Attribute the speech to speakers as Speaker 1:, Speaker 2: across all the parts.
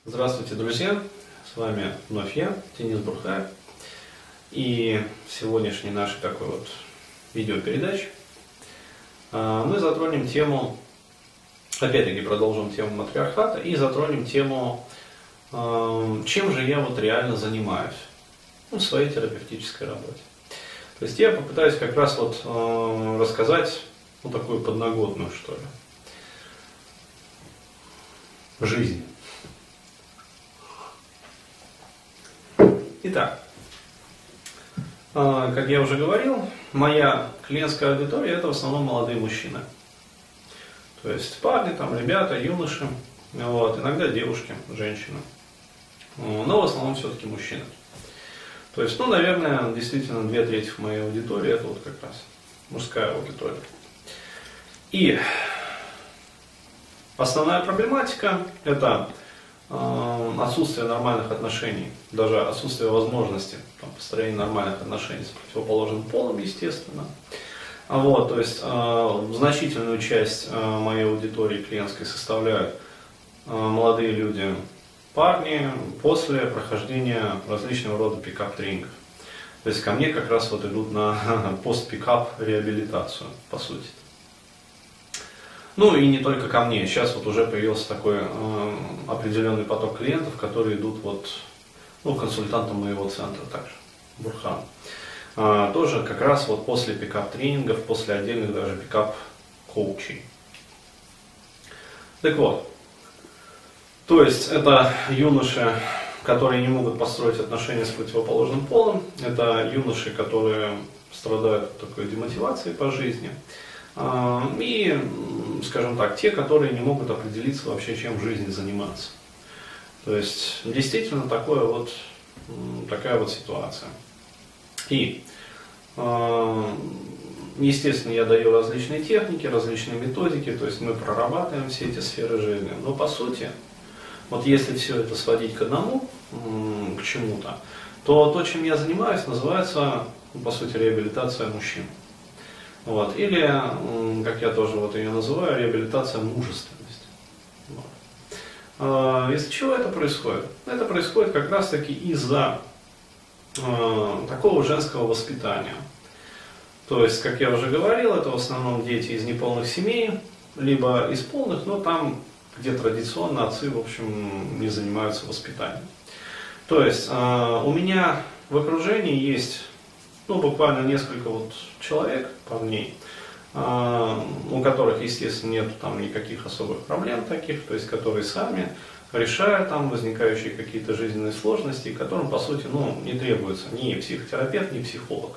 Speaker 1: Здравствуйте, друзья! С вами вновь я, Денис Бурхаев. И в сегодняшней нашей такой вот видеопередаче мы затронем тему, опять-таки продолжим тему матриархата и затронем тему, чем же я вот реально занимаюсь в своей терапевтической работе. То есть я попытаюсь как раз вот рассказать такую подноготную, что ли, жизнь. Итак, как я уже говорил, моя клиентская аудитория — это в основном молодые мужчины. То есть парни, там, ребята, юноши, вот, иногда девушки, женщины. Но в основном все-таки мужчины. То есть, наверное, действительно 2/3 моей аудитории — это вот как раз мужская аудитория. И основная проблематика — это отсутствие нормальных отношений, даже отсутствие возможности построения нормальных отношений с противоположным полом, естественно. То есть значительную часть моей аудитории клиентской составляют молодые люди, парни, после прохождения различного рода пикап-тренингов. То есть ко мне как раз вот идут на пост-пикап реабилитацию, по сути. И не только ко мне. Сейчас вот уже появился такой определенный поток клиентов, которые идут консультантам моего центра также, Бурхан. Тоже как раз вот после пикап-тренингов, после отдельных даже пикап-коучей. Так вот, то есть это юноши, которые не могут построить отношения с противоположным полом, это юноши, которые страдают от такой демотивации по жизни, и, скажем так, те, которые не могут определиться вообще, чем в жизни заниматься. То есть действительно такая вот ситуация. И, естественно, я даю различные техники, различные методики, то есть мы прорабатываем все эти сферы жизни. Но по сути, вот если все это сводить к одному, к чему-то, то, чем я занимаюсь, называется, по сути, реабилитация мужчин. Или, как я тоже ее называю, реабилитация мужественности. Из-за чего это происходит? Это происходит как раз таки из-за такого женского воспитания. То есть, как я уже говорил, это в основном дети из неполных семей, либо из полных, но там, где традиционно отцы, в общем, не занимаются воспитанием. То есть, у меня в окружении есть буквально несколько человек, парней, у которых, естественно, нет никаких особых проблем таких, то есть которые сами решают возникающие какие-то жизненные сложности, которым, по сути, не требуется ни психотерапевт, ни психолог.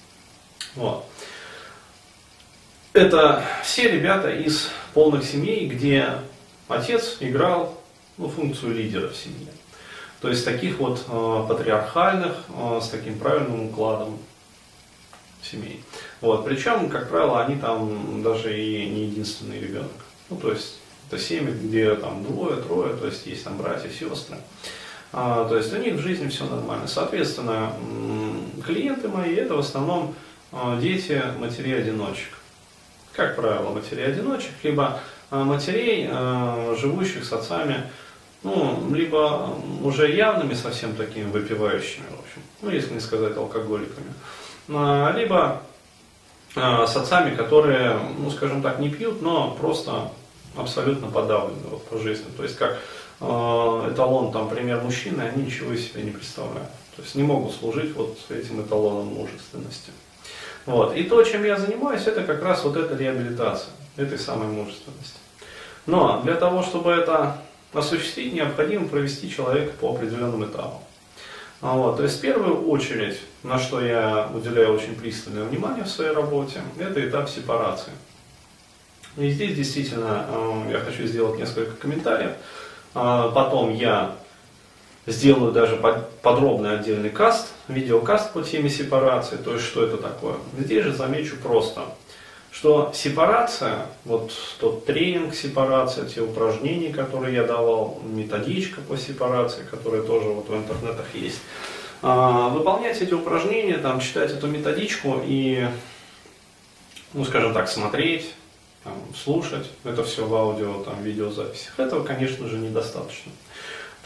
Speaker 1: Это все ребята из полных семей, где отец играл функцию лидера в семье. То есть таких патриархальных, с таким правильным укладом семей. Причем, как правило, они там даже и не единственный ребенок. То есть это семьи, где там двое, трое, то есть есть там братья, сестры. То есть у них в жизни все нормально. Соответственно, клиенты мои — это в основном дети матерей-одиночек. Как правило, матерей-одиночек, либо матерей, живущих с отцами, либо уже явными совсем такими выпивающими, в общем, если не сказать алкоголиками, либо с отцами, которые, скажем так, не пьют, но просто абсолютно подавлены по жизни. То есть как эталон, пример мужчины, они ничего из себя не представляют. То есть не могут служить этим эталоном мужественности. И то, чем я занимаюсь, это как раз эта реабилитация этой самой мужественности. Но для того, чтобы это осуществить, необходимо провести человека по определенным этапам. То есть в первую очередь, на что я уделяю очень пристальное внимание в своей работе, это этап сепарации. И здесь действительно я хочу сделать несколько комментариев. Потом я сделаю даже подробный отдельный каст, видеокаст по теме сепарации, то есть что это такое. Здесь же замечу просто, что сепарация, тот тренинг сепарации, те упражнения, которые я давал, методичка по сепарации, которая тоже в интернетах есть, выполнять эти упражнения, читать эту методичку и, скажем так, смотреть, слушать это все в аудио, видеозаписях, этого, конечно же, недостаточно.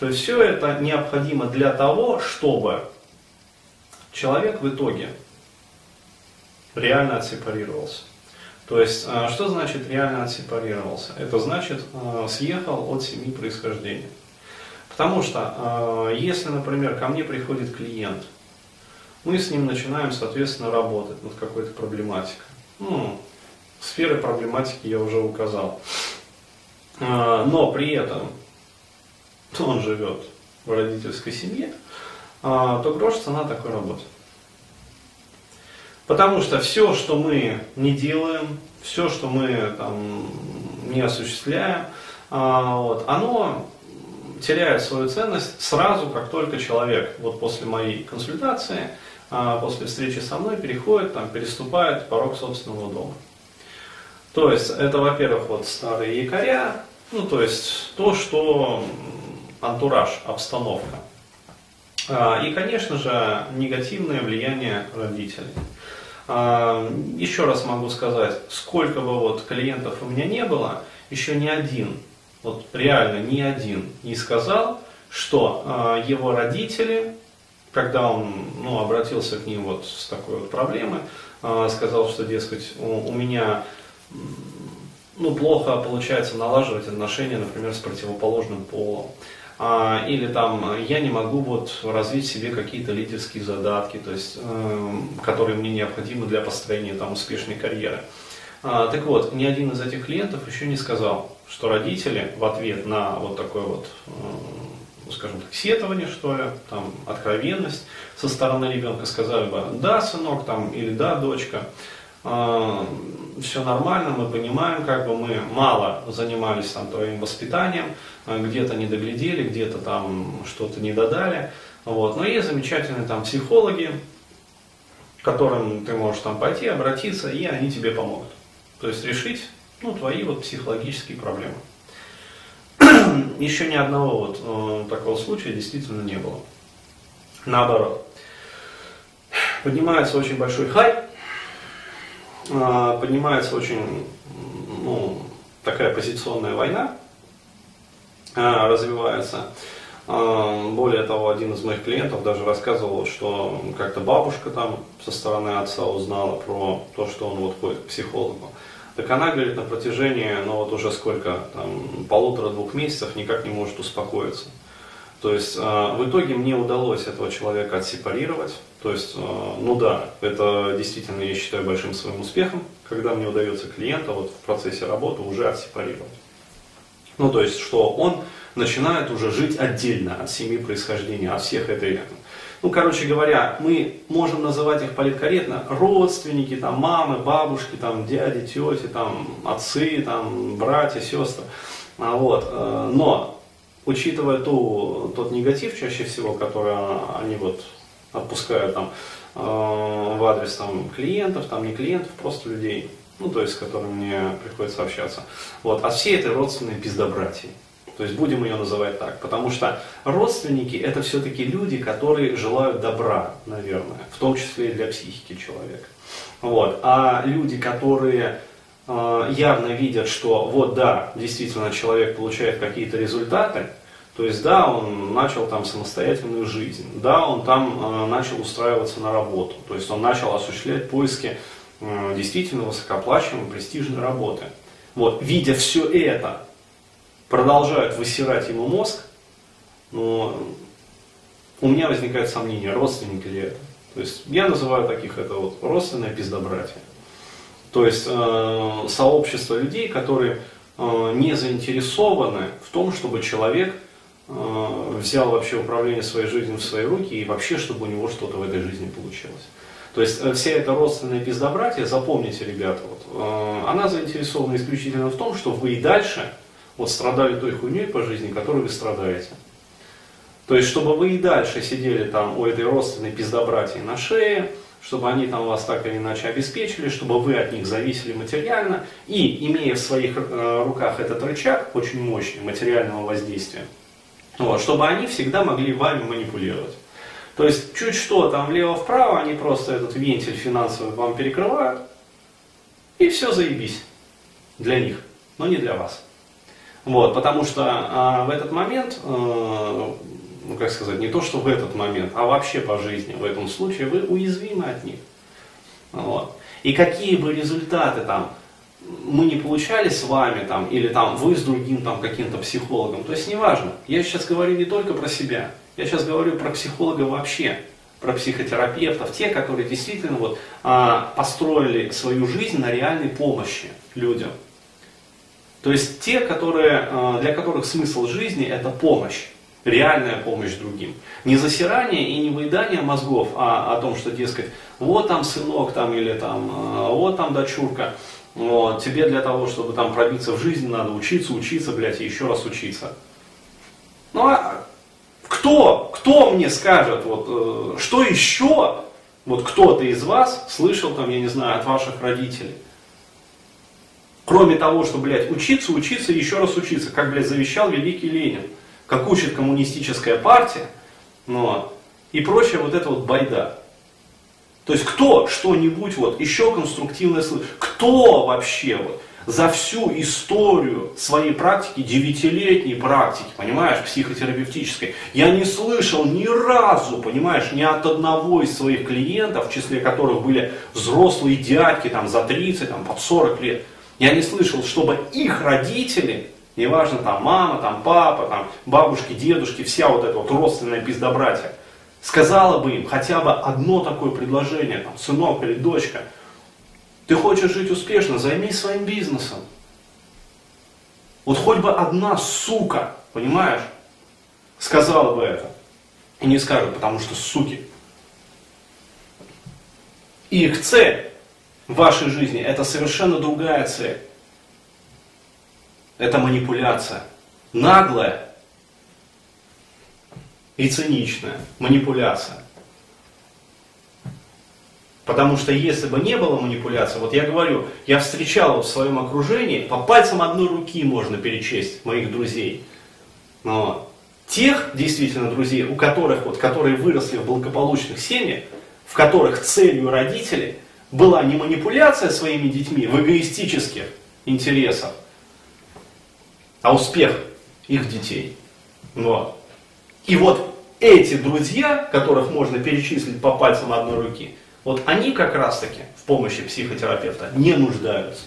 Speaker 1: То есть все это необходимо для того, чтобы человек в итоге реально отсепарировался. То есть, что значит реально отсепарировался? Это значит, съехал от семьи происхождения. Потому что, если, например, ко мне приходит клиент, мы с ним начинаем, соответственно, работать над какой-то проблематикой. Сферы проблематики я уже указал. Но при этом он живет в родительской семье, то грош цена такой работы. Потому что все, что мы не делаем, все, что мы там не осуществляем, оно теряет свою ценность сразу, как только человек вот после моей консультации, после встречи со мной переходит, переступает порог собственного дома. То есть это, во-первых, вот старые якоря, то есть то, что антураж, обстановка. И, конечно же, негативное влияние родителей. Еще раз могу сказать, сколько бы вот клиентов у меня не было, еще ни один, вот реально ни один не сказал, что его родители, когда он обратился к ним вот с такой вот проблемой, сказал, что, дескать, у меня плохо получается налаживать отношения, например, с противоположным полом. Или я не могу вот развить в себе какие-то лидерские задатки, то есть, которые мне необходимы для построения успешной карьеры. Так вот, ни один из этих клиентов еще не сказал, что родители в ответ на вот такое вот, скажем так, сетование, что ли, откровенность со стороны ребенка сказали бы: да, сынок, или да, дочка, все нормально, мы понимаем, мы мало занимались твоим воспитанием, где-то не доглядели, где-то что-то не додали. Но есть замечательные психологи, к которым ты можешь пойти, обратиться, и они тебе помогут. То есть решить твои психологические проблемы. Еще ни одного такого случая действительно не было. Наоборот. Поднимается очень большой хайп, поднимается очень такая позиционная война, развивается. Более того, один из моих клиентов даже рассказывал, что как-то бабушка со стороны отца узнала про то, что он ходит к психологу. Так она, говорит, на протяжении, уже сколько, 1,5-2 месяцев никак не может успокоиться. То есть, в итоге мне удалось этого человека отсепарировать. То есть, это действительно, я считаю, большим своим успехом, когда мне удается клиента в процессе работы уже отсепарировать. То есть, что он начинает уже жить отдельно от семьи происхождения, от всех этой... короче говоря, мы можем называть их политкорректно родственники, мамы, бабушки, дяди, тети, отцы, братья, сестры. Но, учитывая тот негатив, чаще всего, который они отпускают в адрес клиентов, не клиентов, просто людей, то есть с которыми мне приходится общаться, от всей этой родственной пиздобратьи. То есть будем ее называть так, потому что родственники это все-таки люди, которые желают добра, наверное, в том числе и для психики человека. А люди, которые явно видят, что действительно человек получает какие-то результаты, то есть он начал самостоятельную жизнь, он начал устраиваться на работу, то есть он начал осуществлять поиски действительно высокооплачиваемой, престижной работы. Видя все это, продолжают высирать ему мозг, но у меня возникает сомнение, родственники ли это. То есть я называю таких это родственное пиздобратье. То есть сообщество людей, которые не заинтересованы в том, чтобы человек взял вообще управление своей жизнью в свои руки и вообще, чтобы у него что-то в этой жизни получилось. То есть вся эта родственная пиздобратье, запомните, ребята, она заинтересована исключительно в том, что вы и дальше страдали той хуйней по жизни, которой вы страдаете. То есть, чтобы вы и дальше сидели у этой родственной пиздобратьи на шее, чтобы они вас так или иначе обеспечили, чтобы вы от них зависели материально, и, имея в своих руках этот рычаг, очень мощный, материального воздействия, чтобы они всегда могли вами манипулировать. То есть, чуть что влево-вправо, они просто этот вентиль финансовый вам перекрывают, и все заебись. Для них, но не для вас. Вот, потому что в этот момент, ну как сказать, не то что в этот момент, а вообще по жизни в этом случае вы уязвимы от них. Вот. И какие бы результаты там мы не получали с вами, там, или там, вы с другим там, каким-то психологом, то есть неважно. Я сейчас говорю не только про себя, я сейчас говорю про психолога вообще, про психотерапевтов, те, которые действительно вот, построили свою жизнь на реальной помощи людям. То есть те, которые, для которых смысл жизни это помощь, реальная помощь другим. Не засирание и не выедание мозгов, а о том, что, дескать, вот там сынок там, или там, вот там дочурка, вот, тебе для того, чтобы там пробиться в жизни, надо учиться, блядь, и еще раз учиться. Ну а кто мне скажет, вот, что еще, вот кто-то из вас слышал там, я не знаю, от ваших родителей? Кроме того, что, блядь, учиться и еще раз учиться, как, блядь, завещал великий Ленин, как учит коммунистическая партия, ну, и прочая вот эта вот байда. То есть кто что-нибудь вот еще конструктивное слышит? Кто вообще вот за всю историю своей практики, 9-летней практики, понимаешь, психотерапевтической, я не слышал ни разу, понимаешь, ни от одного из своих клиентов, в числе которых были взрослые дядьки там за 30, там под 40 лет, я не слышал, чтобы их родители, неважно там мама, там папа, там бабушки, дедушки, вся вот эта вот родственная пиздобратья, сказала бы им хотя бы одно такое предложение, там, сынок или дочка, ты хочешь жить успешно, займись своим бизнесом. Вот хоть бы одна сука, понимаешь, сказала бы это. И не скажут, потому что суки. И их цель в вашей жизни это совершенно другая цель. Это манипуляция. Наглая и циничная манипуляция. Потому что если бы не было манипуляции, вот я говорю, я встречал в своем окружении, по пальцам одной руки можно перечесть моих друзей. Но тех действительно друзей, у которых, вот, которые выросли в благополучных семьях, в которых целью родителей была не манипуляция своими детьми в эгоистических интересах, а успех их детей. Вот. И вот эти друзья, которых можно перечислить по пальцам одной руки, вот они как раз таки в помощи психотерапевта не нуждаются.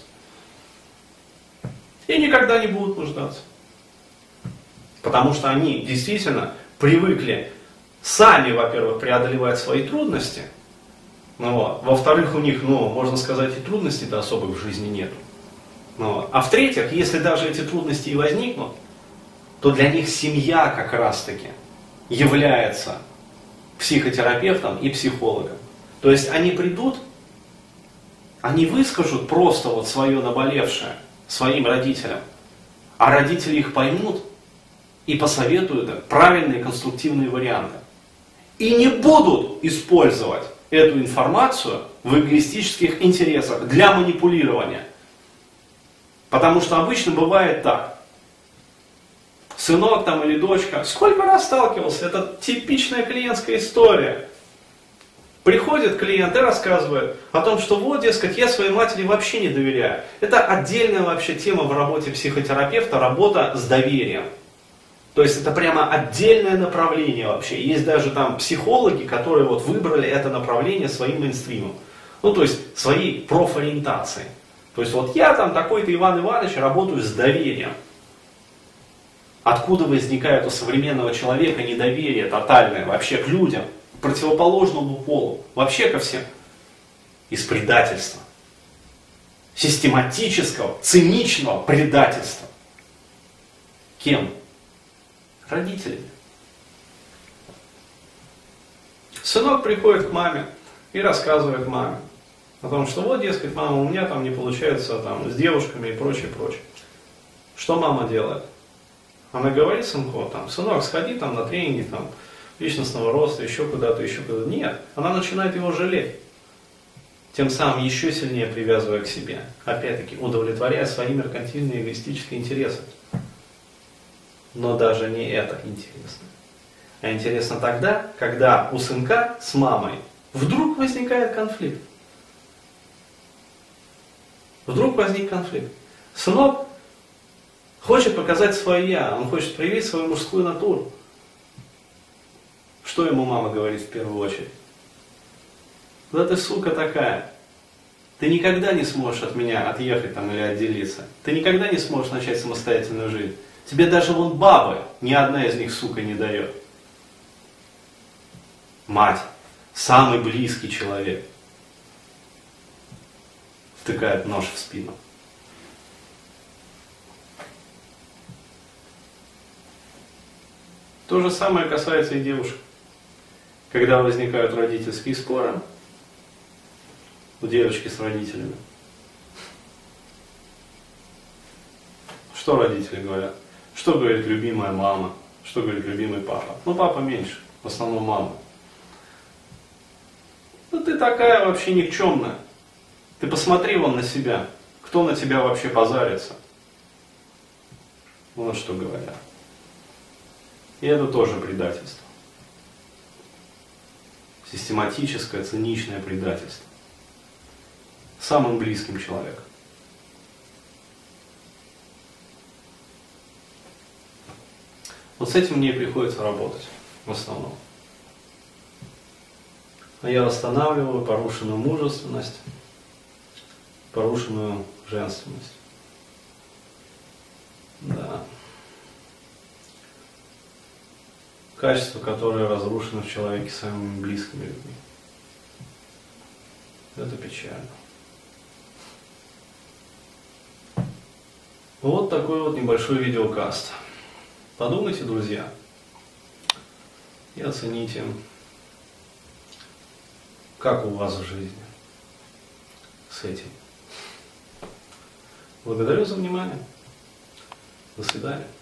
Speaker 1: И никогда не будут нуждаться. Потому что они действительно привыкли сами, во-первых, преодолевать свои трудности, ну, вот. Во-вторых, у них, ну, можно сказать, и трудностей-то особых в жизни нет. Ну, вот. А в-третьих, если даже эти трудности и возникнут, то для них семья как раз-таки является психотерапевтом и психологом. То есть они придут, они выскажут просто вот свое наболевшее своим родителям, а родители их поймут и посоветуют им правильные конструктивные варианты. И не будут использовать эту информацию в эгоистических интересах для манипулирования. Потому что обычно бывает так. Сынок там или дочка, сколько раз сталкивался, это типичная клиентская история. Приходит клиент и рассказывает о том, что вот, дескать, я своей матери вообще не доверяю. Это отдельная вообще тема в работе психотерапевта, работа с доверием. То есть это прямо отдельное направление вообще. Есть даже там психологи, которые вот выбрали это направление своим мейнстримом. Ну, то есть своей профориентацией. То есть вот я там такой-то Иван Иванович работаю с доверием. Откуда возникает у современного человека недоверие тотальное вообще к людям, к противоположному полу, вообще ко всем? Из предательства. Систематического, циничного предательства. Кем? Родителями. Сынок приходит к маме и рассказывает маме о том, что вот, дескать, мама, у меня там не получается там, с девушками и прочее, прочее. Что мама делает? Она говорит сынку, там, сынок, сходи там на тренинги там, личностного роста, еще куда-то, еще куда-то. Нет, она начинает его жалеть. Тем самым еще сильнее привязывая к себе. Опять-таки, удовлетворяя свои меркантильные эгоистические интересы. Но даже не это интересно. А интересно тогда, когда у сынка с мамой вдруг возникает конфликт. Вдруг возник конфликт. Сынок Хочет показать свое я, он хочет проявить свою мужскую натуру. Что ему мама говорит в первую очередь? Да ты сука такая. Ты никогда не сможешь от меня отъехать там или отделиться. Ты никогда не сможешь начать самостоятельную жизнь. Тебе даже вон бабы, ни одна из них, сука, не дает. Мать, самый близкий человек, втыкает нож в спину. То же самое касается и девушек. Когда возникают родительские споры у девочки с родителями, что родители говорят? Что говорит любимая мама? Что говорит любимый папа? Ну, папа меньше, в основном мама. Ну, ты такая вообще никчемная. Ты посмотри вон на себя. Кто на тебя вообще позарится? Вот что говорят. И это тоже предательство. Систематическое, циничное предательство. Самым близким человеком. Вот с этим мне и приходится работать в основном. А я восстанавливаю порушенную мужественность, порушенную женственность. Да. Качества, которые разрушены в человеке самыми близкими людьми. Это печально. Вот такой вот небольшой видеокаст. Подумайте, друзья, и оцените, как у вас в жизни с этим. Благодарю за внимание. До свидания.